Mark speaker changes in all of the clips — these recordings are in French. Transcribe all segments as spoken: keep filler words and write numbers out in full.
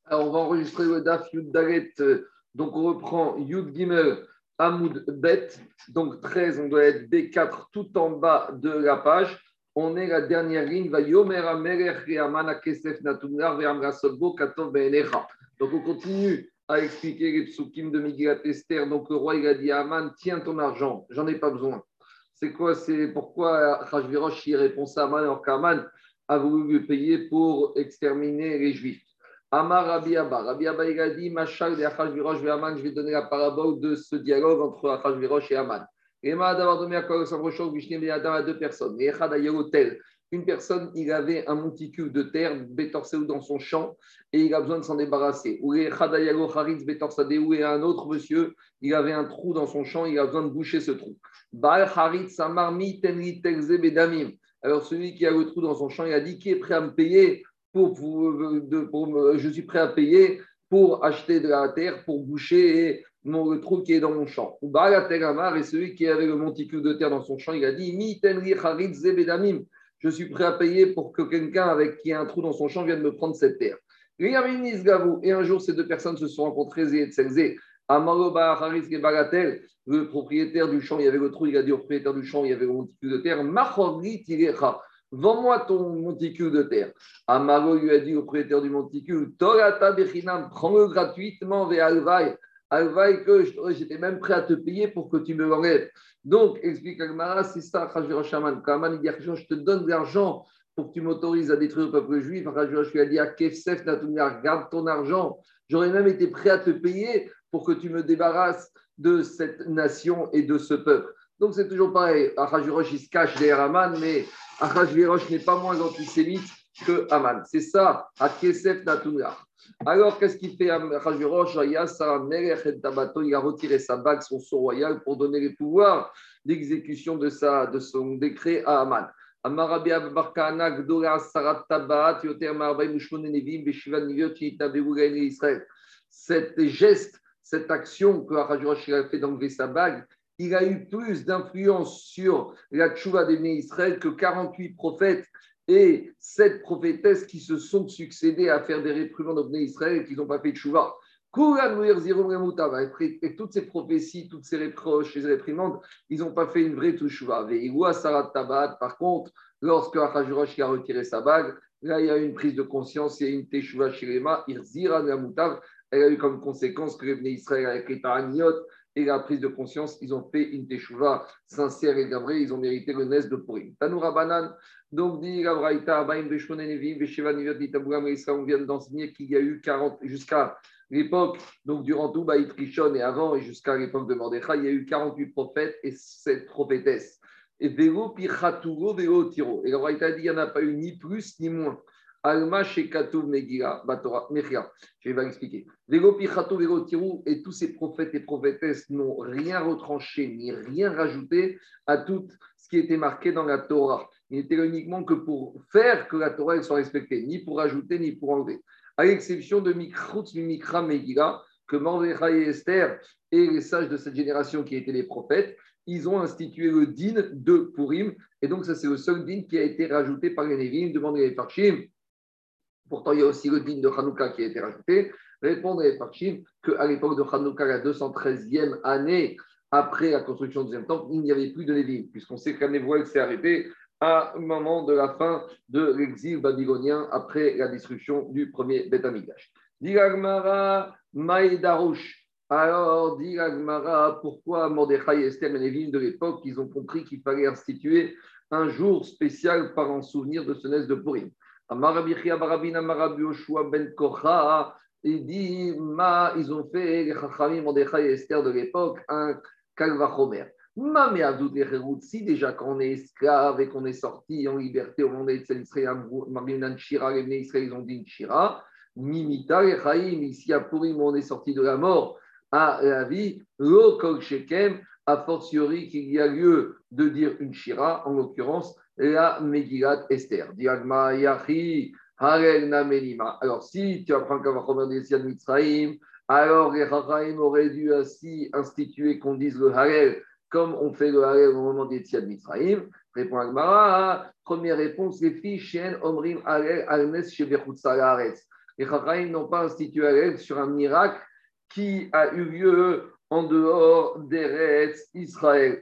Speaker 1: Alors, on va enregistrer le DAF Yud Dalet. Donc, on reprend Yud Gimel Hamoud Bet. Donc, treize, on doit être B quatre tout en bas de la page. On est la dernière ligne. Va Yomer Amelech Re'aman Akesef Natunar Ve'amra Sodbo Katov Be'enecha. Donc, on continue à expliquer les psukim de Megillat Esther. Donc, le roi, il a dit à Aman, tiens ton argent, j'en ai pas besoin. C'est quoi? C'est pourquoi Achashverosh il répond ça à Aman alors qu'Aman a voulu lui payer pour exterminer les Juifs. Amar Rabbi Abba. Rabbi Abba, il a dit Machal de Achashverosh et Aman. Je vais donner la parabole de ce dialogue entre Achashverosh et Aman. Ema d'avoir donné à quoi à deux personnes. Et Echad Ayelotel. Une personne, il avait un monticule de terre bétorcé dans son champ et il a besoin de s'en débarrasser. Ou Echad Ayelo Haritz bétorsadéou et un autre monsieur, il avait un trou dans son champ, il a besoin de boucher ce trou. Baal Haritz Samarmi Tenri Telze Bedamim. Alors celui qui a le trou dans son champ, il a dit qui est prêt à me payer Pour, pour, de, pour, je suis prêt à payer pour acheter de la terre, pour boucher mon, le trou qui est dans mon champ. Ou et celui qui avait le monticule de terre dans son champ, il a dit Mi tenri charit zebedamim. Je suis prêt à payer pour que quelqu'un avec qui a un trou dans son champ vienne me prendre cette terre. Et un jour, ces deux personnes se sont rencontrées et le propriétaire du champ, il y avait le trou, il a dit au propriétaire du champ, il y avait le monticule de terre, vends-moi ton monticule de terre. Amaro lui a dit au propriétaire du monticule, Torata Bechinam, prends-le gratuitement vers Alvaï. Alvaï, que j'étais même prêt à te payer pour que tu me l'enlèves. Donc, explique Agmara, c'est ça, Achashverosh Aman. Quand Aman dit, je te donne de l'argent pour que tu m'autorises à détruire le peuple juif. Achashverosh lui a dit, Kefsef Natunar, garde ton argent. J'aurais même été prêt à te payer pour que tu me débarrasses de cette nation et de ce peuple. Donc, c'est toujours pareil. Achashverosh, il se cache derrière Aman, mais Achashverosh n'est pas moins antisémite que Aman. C'est ça, à Kesef Natunar. Alors, qu'est-ce qu'il fait Achashverosh? Il a retiré sa bague, son sceau royal, pour donner les pouvoirs d'exécution de, sa, de son décret à Aman. Cet geste, cette action que Achashverosh a fait d'enlever sa bague, il a eu plus d'influence sur la tchouva des Bnei Israël que quarante-huit prophètes et sept prophétesses qui se sont succédés à faire des réprimandes aux Bnei Israël et qui n'ont pas fait de tchouva. Et toutes ces prophéties, toutes ces reproches, ces réprimandes, ils n'ont pas fait une vraie tchouva. Par contre, lorsque Achashverosh a retiré sa bague, là, il y a eu une prise de conscience, il y a eu une tchouva shirema, irzira gamutav. Elle a eu comme conséquence que les Bnei Israël, avec les Taraniot, et la prise de conscience, ils ont fait une teshuva sincère et vraie, ils ont mérité le nes de Purim. Tanoura Banan, donc dit la Braïta, Baim Beshone Nevim, Besheva Nivet Litabouram et Israël, on vient d'enseigner qu'il y a eu quarante, jusqu'à l'époque, donc durant tout Baït Rishon et avant, et jusqu'à l'époque de Mordechai, il y a eu quarante-huit prophètes et sept prophétesses. Et Vélo Pichaturo, Vélo Tiro. Et la Braïta dit qu'il n'y en a pas eu ni plus ni moins. Alma Shekatov Megillah, Batora, Mechia. Je vais l'expliquer. Vélo Pichato, Vélo Tirou, et tous ces prophètes et prophétesses n'ont rien retranché ni rien rajouté à tout ce qui était marqué dans la Torah. Il n'était uniquement que pour faire que la Torah elle soit respectée, ni pour ajouter ni pour enlever. À l'exception de Mikrutz, Mikra, Megillah, que Mordechai et Esther et les sages de cette génération qui étaient les prophètes, ils ont institué le din de Purim. Et donc, ça, c'est le seul din qui a été rajouté par les Névim, demandez les Parchim. Pourtant, il y a aussi le din de Hanouka qui a été rajouté. Répondre à les Parchim qu'à l'époque de Hanouka, la deux cent treizième année après la construction du deuxième temple, il n'y avait plus de Lévim, puisqu'on sait que la névoie s'est arrêtée à un moment de la fin de l'exil babylonien après la destruction du premier Beth Amikdash. Diragmara Maïdarouche. Alors, Diragmara, pourquoi Mordechai et Esther et Lévim de l'époque, ils ont compris qu'il fallait instituer un jour spécial par en souvenir de ce nes de Purim. Amarabichia Barabina Marabi Oshua Ben Kocha, il dit, ma, ils ont fait, les Chachamim, Mordechai et Esther de l'époque, un Kalvachomer. Ma, mais Abdoud si déjà quand on est esclave et qu'on est sorti en liberté au monde de Israël, Marinan Shira, les Bnei Israël, ils ont dit Shira, Mimita, les Chaim, ici à Purim, on est sorti de la mort à la vie, Lo Kol Shekem, a fortiori qu'il y a lieu de dire une Shira, en l'occurrence, la Megillat Esther. Diagma Yachi, Harel Namelima. Alors, si tu apprends qu'à Vachomer des Siad Mitzraïm, alors les Chachamim auraient dû ainsi instituer qu'on dise le Harel, comme on fait le Harel au moment des Siad Mitzraïm. Répond Agmara. Première réponse, les filles Shien Omrim Harel Alnes Shebechutza Laaretz. Les Chachamim n'ont pas institué Harel sur un miracle qui a eu lieu en dehors d'Eretz Israël.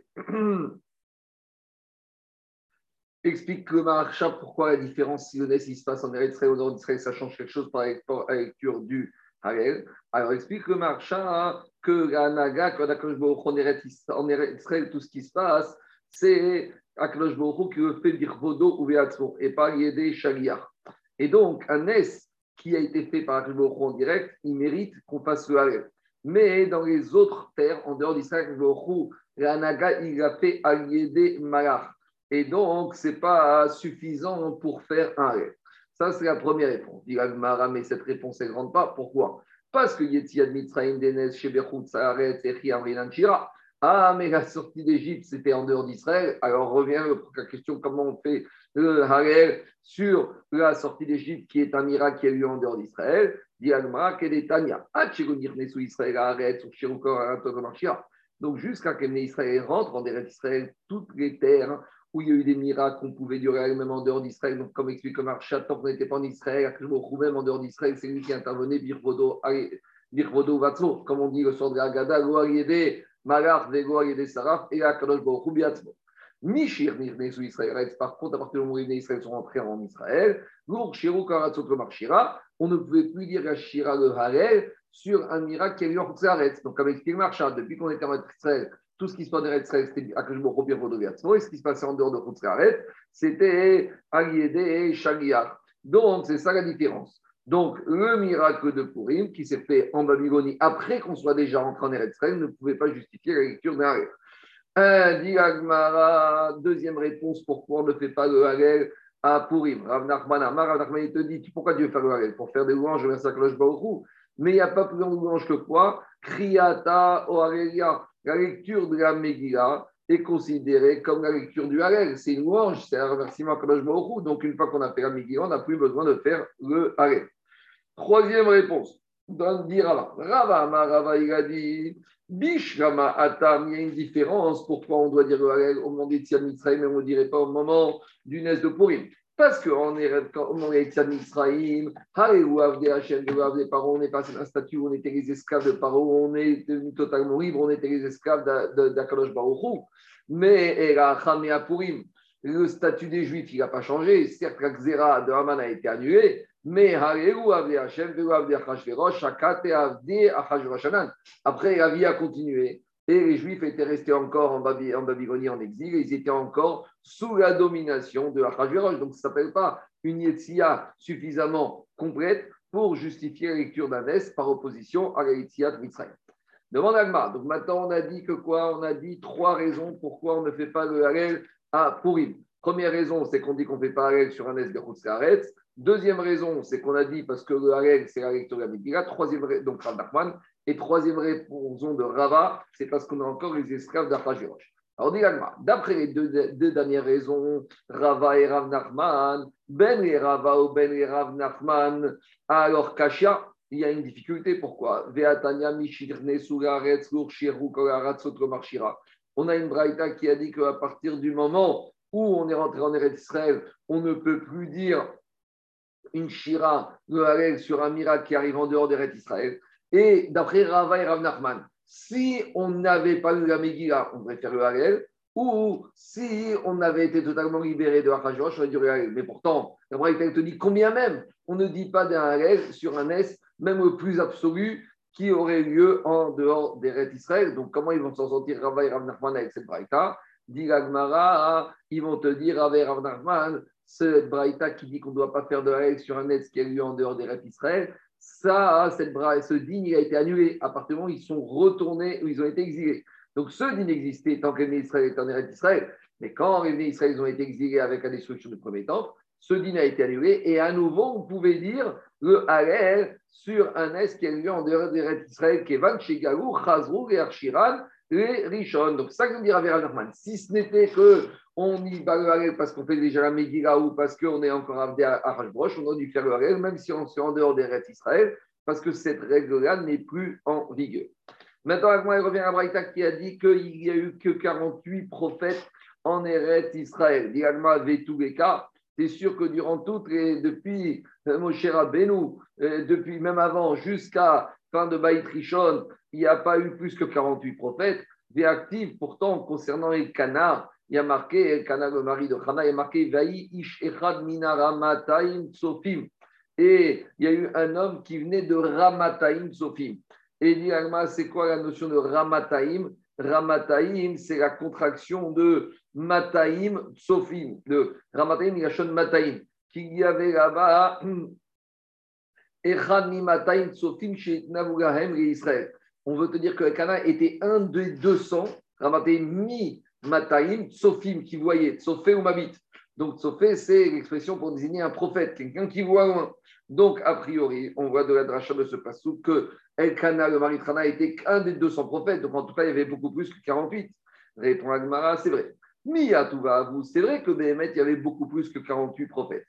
Speaker 1: Explique le Maharsha pourquoi la différence si le Nes il se passe en Eretz Israël ou en dehors d'Israël, ça change quelque chose par la lecture du Harel. Alors explique le Maharsha que la Naga, quand Akadosh Baruch Hu en Eretz Israël, tout ce qui se passe, c'est Akadosh Baruch Hu qui le fait birvodo ou ve'atzmo et pas yedei shaliach. Et donc un Nes qui a été fait par Akadosh Baruch Hu en direct, il mérite qu'on fasse le Harel. Mais dans les autres terres, en dehors d'Israël, Akadosh Baruch Hu, la Naga, il l'a fait al yedei malach. Et donc, ce n'est pas suffisant pour faire un rêve. Ça, c'est la première réponse. Dit Agmara, mais cette réponse, elle ne rentre pas. Pourquoi? Parce que Yetziat Mitzrayim Denes, Shebechut, Saaret, Echi, Amrinan, Shira. Ah, mais la sortie d'Égypte, c'était en dehors d'Israël. Alors, revient la question comment on fait le Harel sur la sortie d'Égypte, qui est un miracle qui a eu en dehors d'Israël. Dit Agmara, Kedetania. Ah, Tchegonir, Nesou, Israël, Aret, sur Shirukor, Araton, Shira. Donc, jusqu'à que Israël rentre en dehors d'Israël, toutes les terres où il y a eu des miracles qu'on pouvait durer même en dehors d'Israël. Donc, comme explique le Maharsha, tant qu'on n'était pas en Israël, même en dehors d'Israël, c'est lui qui intervenait, Birvodo, Birvodo Vatso, comme on dit le soir de la Haggadah, Go Ayede, Malach, Vego Ayede Saraf, et Akadosh Baruch Hu Biatzmo. Mishir Nirne sous Israël. Par contre, à partir du moment où les Israël sont rentrés en Israël, Lour Shirou Karatzot le Marshira, on ne pouvait plus dire la Shira le Harel sur un miracle qui a eu en Khutzaretz. Donc, comme explique le Maharsha, depuis qu'on était en Israël, tout ce qui se passait en Israël, c'était Akadosh Baruch Hu Birvodo Biatzmo, et ce qui se passait en dehors de Khutzaretz, c'était Aliédé et Shagiach. Donc, c'est ça la différence. Donc, le miracle de Purim, qui s'est fait en Babylonie après qu'on soit déjà rentré en Eretz Israël, ne pouvait pas justifier la lecture d'un Harel. Un dit Agmara, deuxième réponse, pourquoi on ne fait pas le Harel à Purim? Rav Nachman Amar, Rav Nachman, il te dit, pourquoi tu veux faire le Harel? Pour faire des louanges, je verse Akadosh Baruch Hu. Mais il n'y a pas plus de louange que quoi? Kriyata o Harelia. La lecture de la Megillah est considérée comme la lecture du Harel. C'est une louange, c'est un remerciement à Kadosh Baruch Hu. Donc, une fois qu'on a fait la Megillah, on n'a plus besoin de faire le Harel. Troisième réponse, dans dit Rava. Rava, ma Rava, il a dit Bish Rama Atam, il y a une différence. Pourquoi on doit dire le Harel au moment des Tziad Mitzrayim, mais on ne dirait pas au moment du Nes de Purim? Parce qu'en au moment des Tziad Mitzrayim, Harelou Avdei Hashem, de Avdei Paro, on est passé d'un statut où on était les esclaves de Paro, on est devenu totalement libre, on était les esclaves d'Akadosh Baruch Hu. Mais à Purim, le statut des Juifs, il n'a pas changé. Certes, la Xéra de Haman a été annulée, mais Harelou Avdei Hashem, de Avdei Achashverosh, Hakate Avdei Achashveroshanan. Après, la vie a continué. Et les Juifs étaient restés encore en, Baby, en Babylonie en exil, et ils étaient encore sous la domination de Achashverosh. Donc, ça ne s'appelle pas une Yetzia suffisamment complète pour justifier la lecture d'un Nes par opposition à la Yetzia de Mitzrayim. Demande Agma. Donc, maintenant, on a dit que quoi? On a dit trois raisons pourquoi on ne fait pas le Harel à Purim. Première raison, c'est qu'on dit qu'on ne fait pas Harel sur un Nes de Khutzaretz. Deuxième raison, c'est qu'on a dit parce que le Harel, c'est la lecture de la Megillah. Troisième raison, donc Rav Nachman. Et troisième raison de Rava, c'est parce qu'on a encore les esclaves d'Achashverosh. Alors, dit Agma, d'après les deux, deux dernières raisons, Rava et Rav Nachman, Ben et Rava ou Ben et Rav Nachman, alors Kashia, il y a une difficulté. Pourquoi? Veatania Mishirne Sugaretz Lurchiru Kolaratzot Marshira. On a une braïta qui a dit qu'à partir du moment où on est rentré en Eretz Israël, on ne peut plus dire une shira, le Harel sur un miracle qui arrive en dehors d'Eretz Israël. Et d'après Rava et Rav Nachman, si on n'avait pas eu la Megillah, on devrait faire le Harel, ou si on avait été totalement libéré de Achashverosh, on aurait dû le Harel. Mais pourtant, la braïta te dit combien même on ne dit pas d'un Harel sur un S, même le plus absolu, qui aurait lieu en dehors d'Eretz Israël. Donc, comment ils vont s'en sortir, Rava et Rav Nachman, avec cette braïta? Dit la Gemara, ils vont te dire, Rava et Rav Nachman, cette braïta qui dit qu'on ne doit pas faire de Harel sur un S qui a lieu en dehors d'Eretz Israël, ça, cette braïta, ce digne, il a été annulé à partir du moment où ils sont retournés, où ils ont été exilés. Donc, ce digne existait tant que les Israël étaient en Eretz Israël. Mais quand les Israël ont été exilés avec la destruction du premier temple, ce dîner a été annulé et à nouveau, on pouvait dire le Harel sur un S qui a lieu en dehors d'Eretz Israël, qui est Van Shegalou, Chazrou et Archiran, les Rishon. Donc, ça que nous dira Vera Nachman, si ce n'était qu'on y va le Harel parce qu'on fait déjà la Megillah ou parce qu'on est encore abdé à Achashverosh, on aurait dû faire le Harel, même si on est en dehors d'Eretz Israël, parce que cette règle-là n'est plus en vigueur. Maintenant, il revient à Braïta qui a dit qu'il n'y a eu que quarante-huit prophètes en Eretz Israël. Diagma Vetubeka. c'est sûr que durant toutes les, depuis euh, Moshe Rabbeinu, euh, depuis même avant, jusqu'à fin de Baït Rishon, il n'y a pas eu plus que quarante-huit prophètes. Des actifs, pourtant, concernant Elkana, il y a marqué, Elkana, le mari de Hana, il y a marqué Vaï Ish Echad Mina Ramataim Tsofim. Et il y a eu un homme qui venait de Ramataim Tsofim. Et dit Alma, c'est quoi la notion de Ramataim? Ramataim, c'est la contraction de Mataim Tsofim. De Ramataim, il y a Shon Mataim. Qu'il y avait là-bas, Echad Mimataim Tsofim chez Navulahem et Israël. On veut te dire que Elkana était un des deux cents, Ramataim mi Mataim, Tsofim, qui voyait, Tsofé ou Mabit. Donc Tsofé, c'est l'expression pour désigner un prophète, quelqu'un qui voit loin. Donc, a priori, on voit de la dracha de ce passage que Elkana, le mari de Hana, était un des deux cents prophètes. Donc, en tout cas, il y avait beaucoup plus que quarante-huit. Répond Agmara, c'est vrai. Mia tout va à vous. C'est vrai que Béhémet, il y avait beaucoup plus que quarante-huit prophètes.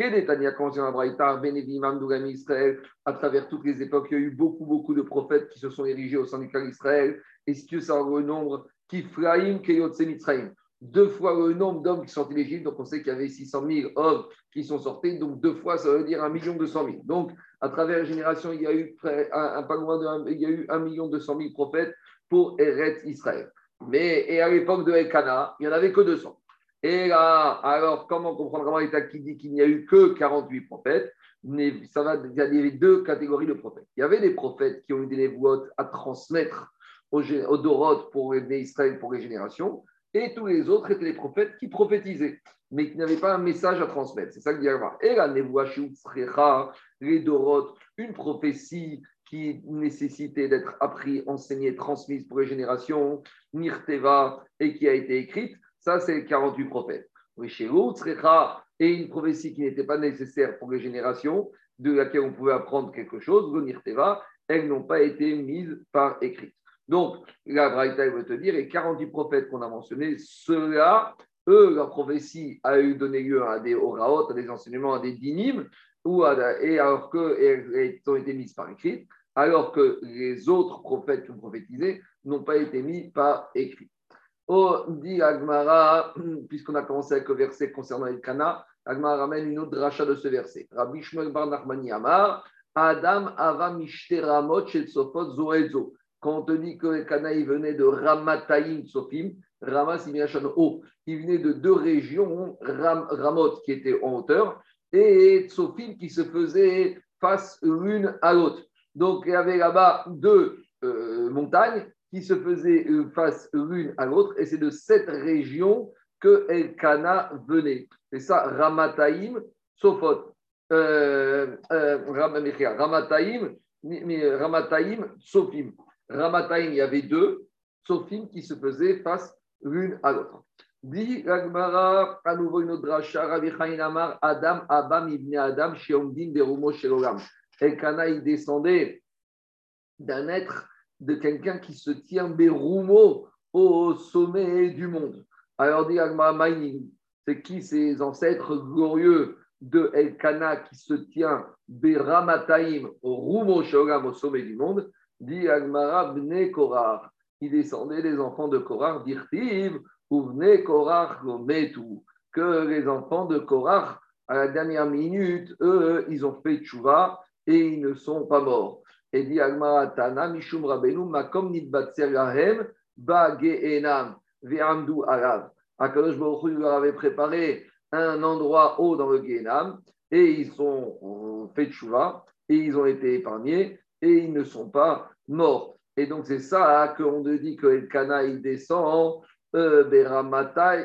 Speaker 1: À travers toutes les époques, il y a eu beaucoup, beaucoup de prophètes qui se sont érigés au sein du clan d'Israël. Et si tu sais le nombre, Kifraïm, Keyotse Mitzraïm, deux fois le nombre d'hommes qui sont sortis d'Égypte. Donc, on sait qu'il y avait six cent mille hommes qui sont sortis. Donc, deux fois, ça veut dire un million deux cent mille. Donc, à travers les générations, il y a eu près, un, un, pas loin de un, il y a eu un million deux cent mille prophètes pour Eretz Israël. Mais et à l'époque de Elkana, il n'y en avait que deux cents. Et là, alors, comment comprendre vraiment l'État qui dit qu'il n'y a eu que quarante-huit prophètes? Mais ça va, il y avait deux catégories de prophètes. Il y avait des prophètes qui ont eu des névoites à transmettre aux, aux Doroth pour les Israël, pour les générations. Et tous les autres étaient des prophètes qui prophétisaient, mais qui n'avaient pas un message à transmettre. C'est ça que dit Agmara. Et la Nevoa Sheutzrecha, les Doroth, une prophétie qui nécessitait d'être apprise, enseignée, transmise pour les générations, Nirteva, et qui a été écrite, ça c'est les quarante-huit prophètes. Sheutzrecha, et une prophétie qui n'était pas nécessaire pour les générations, de laquelle on pouvait apprendre quelque chose, le Nirteva, elles n'ont pas été mises par écrit. Donc, la Braïta veut te dire, les quarante-huit prophètes qu'on a mentionnés, ceux-là, eux, leur prophétie a eu donné lieu à des oraot, à des enseignements, à des dinim, ou à, et alors qu'elles ont été mises par écrit, alors que les autres prophètes qui ont prophétisé n'ont pas été mis par écrit. Oh, dit Agmara, puisqu'on a commencé avec le verset concernant Elkana, Agmara ramène une autre dracha de ce verset. Rabbi Shmuel bar Nachmani Amar, Adam ava mishteramot shel sofot zoezo. Quand on te dit que Elkana il venait de Ramataim Tsofim, Rama Simiachan haut, il venait de deux régions, Ram, Ramot qui était en hauteur et Tsofim qui se faisait face l'une à l'autre. Donc il y avait là-bas deux euh, montagnes qui se faisaient face l'une à l'autre et c'est de cette région que Elkana venait. C'est ça, Ramataim Tsofot. Euh, euh, Ramataim, Ramataim Tsofim. Ramataim, il y avait deux, Tsofim qui se faisaient face l'une à l'autre. Dit Agmara, à nouveau une autre dracha, Rabbi Chaim Amar, Adam, Abam, Ibn Adam, Sheomdin, Derumo, Shelolam. Elkana, il descendait d'un être, de quelqu'un qui se tient Berumo au sommet du monde. Alors dit Agmara, Maïnim, c'est qui ces ancêtres glorieux de Elkana qui se tient Beramataim, au Rumo, Shelolam, au sommet du monde? Dit Agmara Bne Korach, il descendait des enfants de Korach, d'Irtiv, ou Bne Korach Gometu, que les enfants de Korach, à la dernière minute, eux, ils ont fait tchouva et ils ne sont pas morts. Et dit Agmara Tana, Mishum Rabbeinu, Makom Nitbatser Lahem, Ba Ge'enam, Ve'amdu Alav. Akadosh Baruch Hu leur avait préparé un endroit haut dans le Ge'enam et ils ont fait tchouva et ils ont été épargnés. Et ils ne sont pas morts. Et donc, c'est ça hein, qu'on te dit que Elkana, il descend, Beramata,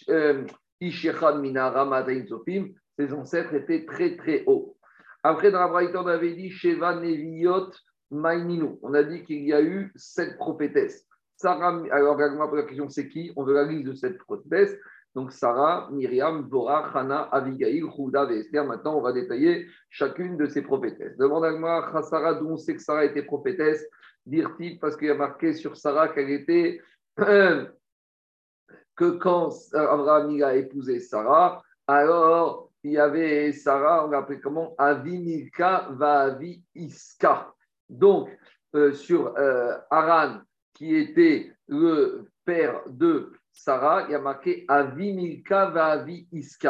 Speaker 1: Ishechad Mina Ramata Insofim, ses ancêtres étaient très, très hauts. Après, dans la Braïta, on avait dit Sheva Neviot Maininu. On a dit qu'il y a eu sept prophétesses. Sarah, alors, la question, c'est qui? On veut la liste de sept prophétesses. Donc, Sarah, Myriam, Dora, Hana, Abigail, Houda et Esther. Maintenant, on va détailler chacune de ces prophétesses. Demande à moi, Sarah, d'où on sait que Sarah était prophétesse? Dire-t-il, parce qu'il y a marqué sur Sarah qu'elle était. Euh, que quand Abraham a épousé Sarah, alors il y avait Sarah, on l'appelait comment? Avi Milka va Avi Iska. Donc, euh, sur euh, Haran, qui était le père de Sarah, il y a marqué Avi Milka va Avi Iska.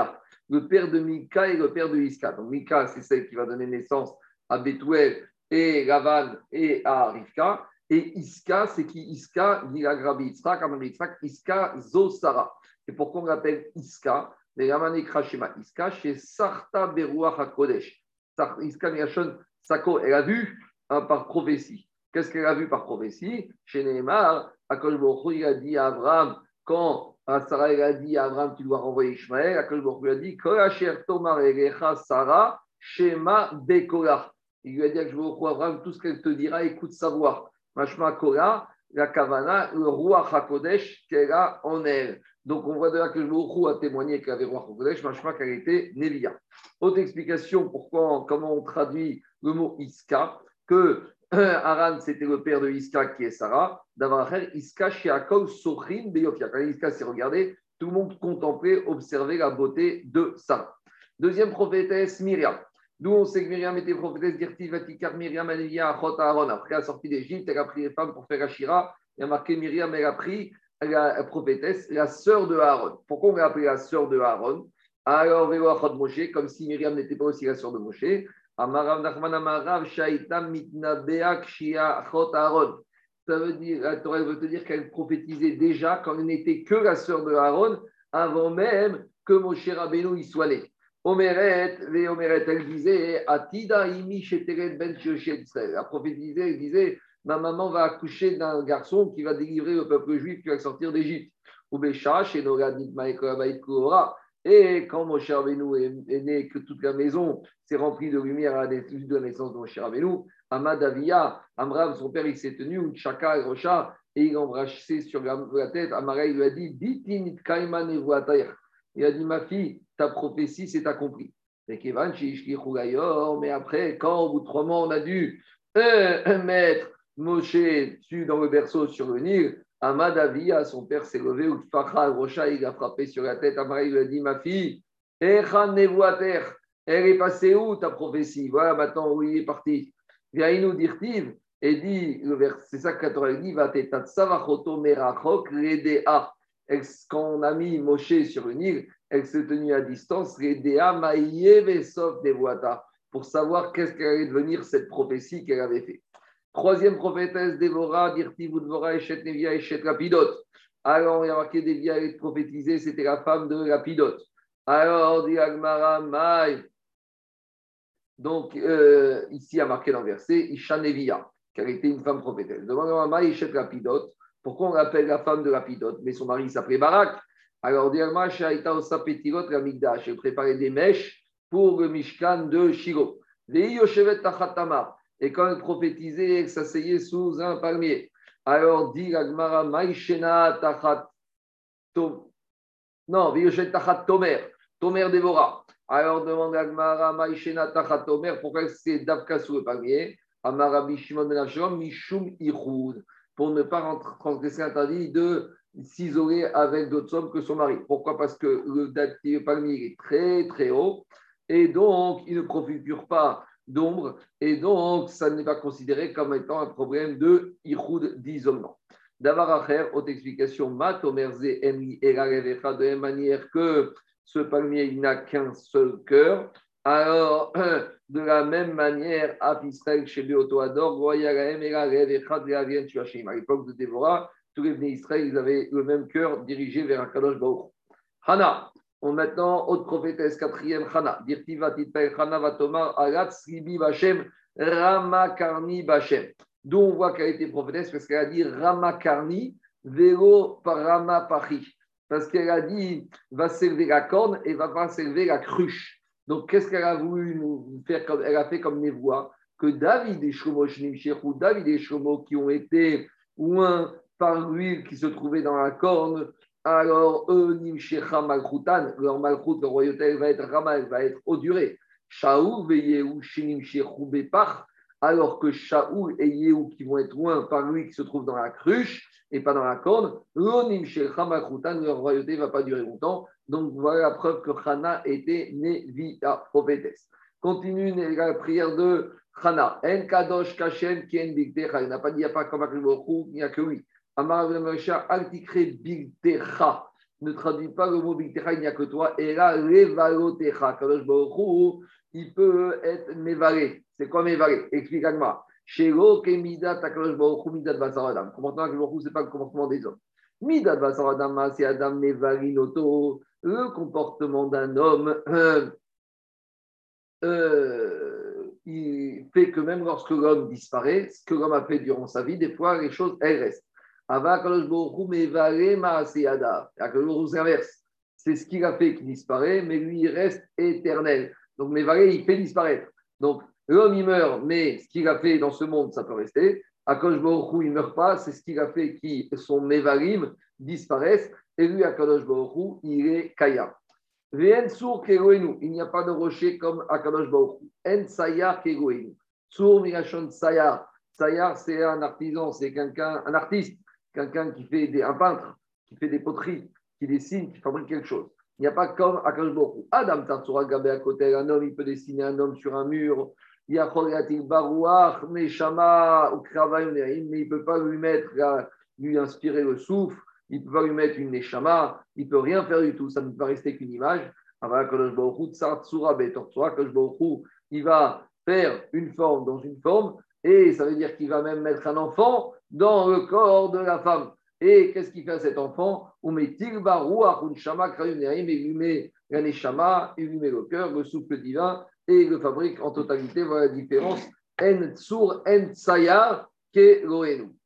Speaker 1: le père de Mika et le père de Iska. Donc Mika, c'est celle qui va donner naissance à Bethuel et Lavan et à Rivka. Et Iska, c'est qui Iska, dit la Grabi Yitzhak, Amam Yitzhak, Iska Zosara. Et pourquoi on l'appelle Iska? Les Ramani Krashema Iska, chez Sarta Beruach HaKodesh. Iska Miachon Sako, elle a vu hein, par prophétie. Qu'est-ce qu'elle a vu par prophétie? Chez Neymar, Akol Baruch il a dit à Abraham, quand Sarah elle a dit à Abraham, tu dois renvoyer Ishmaël, Akol Baruch il a dit, Kol Asher Tomar Elecha Sarah, Shema Bekolah. Il lui a dit à Abraham, tout ce qu'elle te dira, écoute sa voix. Mashma Kola, la Kavana, le roi HaKodesh qu'elle a en elle. Donc on voit de là que le roi a témoigné qu'elle avait roi HaKodesh, Mashma qu'elle était Nelia. Autre explication pourquoi, comment on traduit le mot Iska, que Aran c'était le père de Iska qui est Sarah, d'avoir Iska chez Akol Sochim Beyofia. Quand Iska s'est regardé, tout le monde contemplait, observait la beauté de Sarah. Deuxième prophétesse, Myriam. D'où on sait que Myriam était prophétesse d'Irti, Vatikar, Myriam, Anivia, Achot, Aaron. Après la sortie d'Égypte, elle a pris les femmes pour faire Ashira. Il y a marqué Myriam, elle a pris la prophétesse, la sœur de Aaron. Pourquoi on l'a appelée la sœur de Aaron? Alors, Vélo Achot Moshe, comme si Myriam n'était pas aussi la sœur de Moshe. Amarav Nachman Amarav, Shaitam, Mitnabeak, Shia, Achot, Aaron. Ça veut dire, la Torah veut te dire qu'elle prophétisait déjà quand elle n'était que la sœur de Aaron, avant même que Moshe Rabbeinu y soit né. Omeret, ve Omeret, elle disait, Atida imi sheteret ben Shioshel Israël. La prophétisait, elle disait, ma maman va accoucher d'un garçon qui va délivrer le peuple juif qui va sortir d'Égypte. Ou Bécha, chez Noradit Maïkorabaït Koura. Et quand Moshe Rabbeinu est né, que toute la maison s'est remplie de lumière à la suite de la naissance de Moshe Rabbeinu, Amad Avia, Amram, son père, il s'est tenu, ou Chaka et Rocha, et il embrassait sur la tête. Amara, il lui a dit, Ditinit Kaiman et Vuatayr. Il a dit, ma fille, ta prophétie s'est accomplie. Mais après, quand au bout de trois mois, on a dû euh, mettre Moshe dessus dans le berceau sur le Nil, Amad Avia, son père s'est levé, ou Fakha Rocha, il a frappé sur la tête. Amara, il lui a dit, ma fille, Echan Nevuater, elle est passée où ta prophétie? Voilà maintenant où il est parti. Viens-nous dire-t-il, et dit, c'est ça que la Torah dit, va t'état savachoto merachok redea. Quand on a mis Moshe sur le Nil, elle s'est tenue à distance, redea maïevesov devoata, pour savoir qu'est-ce qu'elle allait devenir cette prophétie qu'elle avait faite. Troisième prophétesse, Dévorah, Dirti Voudvora, Eshet Nevia, Eshet Lapidot. Alors, il y a marqué Devia, elle est prophétisée, c'était la femme de Lapidot. Alors, dit Agmara, Maï. Donc, euh, ici, il y a marqué dans le verset, Isha Nevia, qu'elle était une femme prophétesse. Demandons à Maï, Eshet Lapidot. Pourquoi on l'appelle la femme de Lapidot? Mais son mari s'appelait Barak. Alors, dit Agmara, Shaita Osa Petirot, la Migdash. Elle préparait des mèches pour le Mishkan de Shilo. Vei Yoshevet Tachatama. Et quand elle prophétisait, elle s'asseyait sous un palmier. Alors dit l'Agmara, Maïshena Tachat Tom. Non, Veyoshet Tachat Tomer. Tomer Dévora. Alors demande l'Agmara, Maïshena Tachat Tomer, pourquoi c'est Davka sous le palmier? Amara Bishimon Ben Avshalom, Mishum Ichoud. Pour ne pas transgresser l'interdit de s'isoler avec d'autres hommes que son mari. Pourquoi? Parce que le, le palmier est très très haut et donc il ne procure pas d'ombre, et donc ça n'est pas considéré comme étant un problème de ichoud, d'isolement. D'avoir à faire, autre explication, mat omerze emri elarevecha, de la même manière que ce palmier il n'a qu'un seul cœur, alors de la même manière, à Israël, chez Beotoador, voyalaem elarevecha de la vienne tuachim. À l'époque de Dévorah, tous les bénis Israël, ils avaient le même cœur dirigé vers un Kadosh Baruch. Hana. On maintenant, autre prophétesse, quatrième, Chana. Dirtiva titpel Chana vatomar agatz ribi bachem ramakarni bachem. D'où on voit qu'elle a été prophétesse parce qu'elle a dit ramakarni velo parama pachi. Parce qu'elle a dit va s'élever la corne et va pas s'élever la cruche. Donc qu'est-ce qu'elle a voulu nous faire comme elle a fait comme névoie? Que David et Shlomo Shnemshechou, David et Shlomo qui ont été loin par l'huile qui se trouvait dans la corne. Alors, eux, Nimshecha Malchutan, leur Malchut, leur royauté, elle va être Rama, elle va être odurée. Shaoul et Yehou, Shinimshechou Bepach, alors que Shaoul et Yehou, qui vont être loin par lui, qui se trouvent dans la cruche et pas dans la corne, Nimshecha Malchutan, leur royauté ne va pas durer longtemps. Donc, voilà la preuve que Chana était Nevia, prophétesse. Continue la prière de Chana. En Kadosh Kashem, Kien Bigdecha. Il n'a pas dit, il n'y a pas comme Akribochou, il n'y a que lui. Amar Moshe, Altikre Bigdecha. ne traduit pas le mot Biktecha, il n'y a que toi. Et là, Levalotecha, Kadosh Baruch Hu, il peut être mévalé. C'est quoi mévalé? Explique-moi. Shelo ke midat Kadosh Baruch Hu, midat basar adam. Le comportement de Kadosh Baruch Hu, ce n'est pas le comportement des hommes. Midat basar adam, c'est Adam mevalinoto. Le comportement d'un homme, euh, euh, il fait que même lorsque l'homme disparaît, ce que l'homme a fait durant sa vie, des fois, les choses, elles restent. Ava Kadosh Baruch Hu mevale maaseh adam. Kadosh Baruch Hu, c'est l'inverse. C'est ce qu'il a fait qui disparaît, mais lui, il reste éternel. Donc, mevale, il fait disparaître. Donc, l'homme, il meurt, mais ce qu'il a fait dans ce monde, ça peut rester. Akadosh Baruch Hu, il ne meurt pas, c'est ce qu'il a fait qui, son mevalim, disparaissent. Et lui, Akadosh Baruch Hu, il est kaya. V'en sour kegoenu. Il n'y a pas de rocher comme Akadosh Baruch Hu. En sayar kegoenu. Sour mirachon sayar. Sayar, c'est un artisan, c'est quelqu'un, un artiste, quelqu'un qui fait des, un peintre, qui fait des poteries, qui dessine, qui fabrique quelque chose. Il n'y a pas comme Akadosh Baruch Hu. Adam Tatsura Gabé à côté, un homme, il peut dessiner un homme sur un mur. Il y a Chogatil Barouach, Neshama, ou Kravaï, mais il ne peut pas lui mettre, lui inspirer le souffle. Il ne peut pas lui mettre une neshama, il ne peut rien faire du tout, ça ne peut pas rester qu'une image. Il va faire une forme dans une forme, et ça veut dire qu'il va même mettre un enfant dans le corps de la femme. Et qu'est-ce qu'il fait à cet enfant? Il lui met la neshama, il lui met le cœur, le souffle divin, et il le fabrique en totalité. Voilà la différence. En tsur, en tsayar, ke loenu.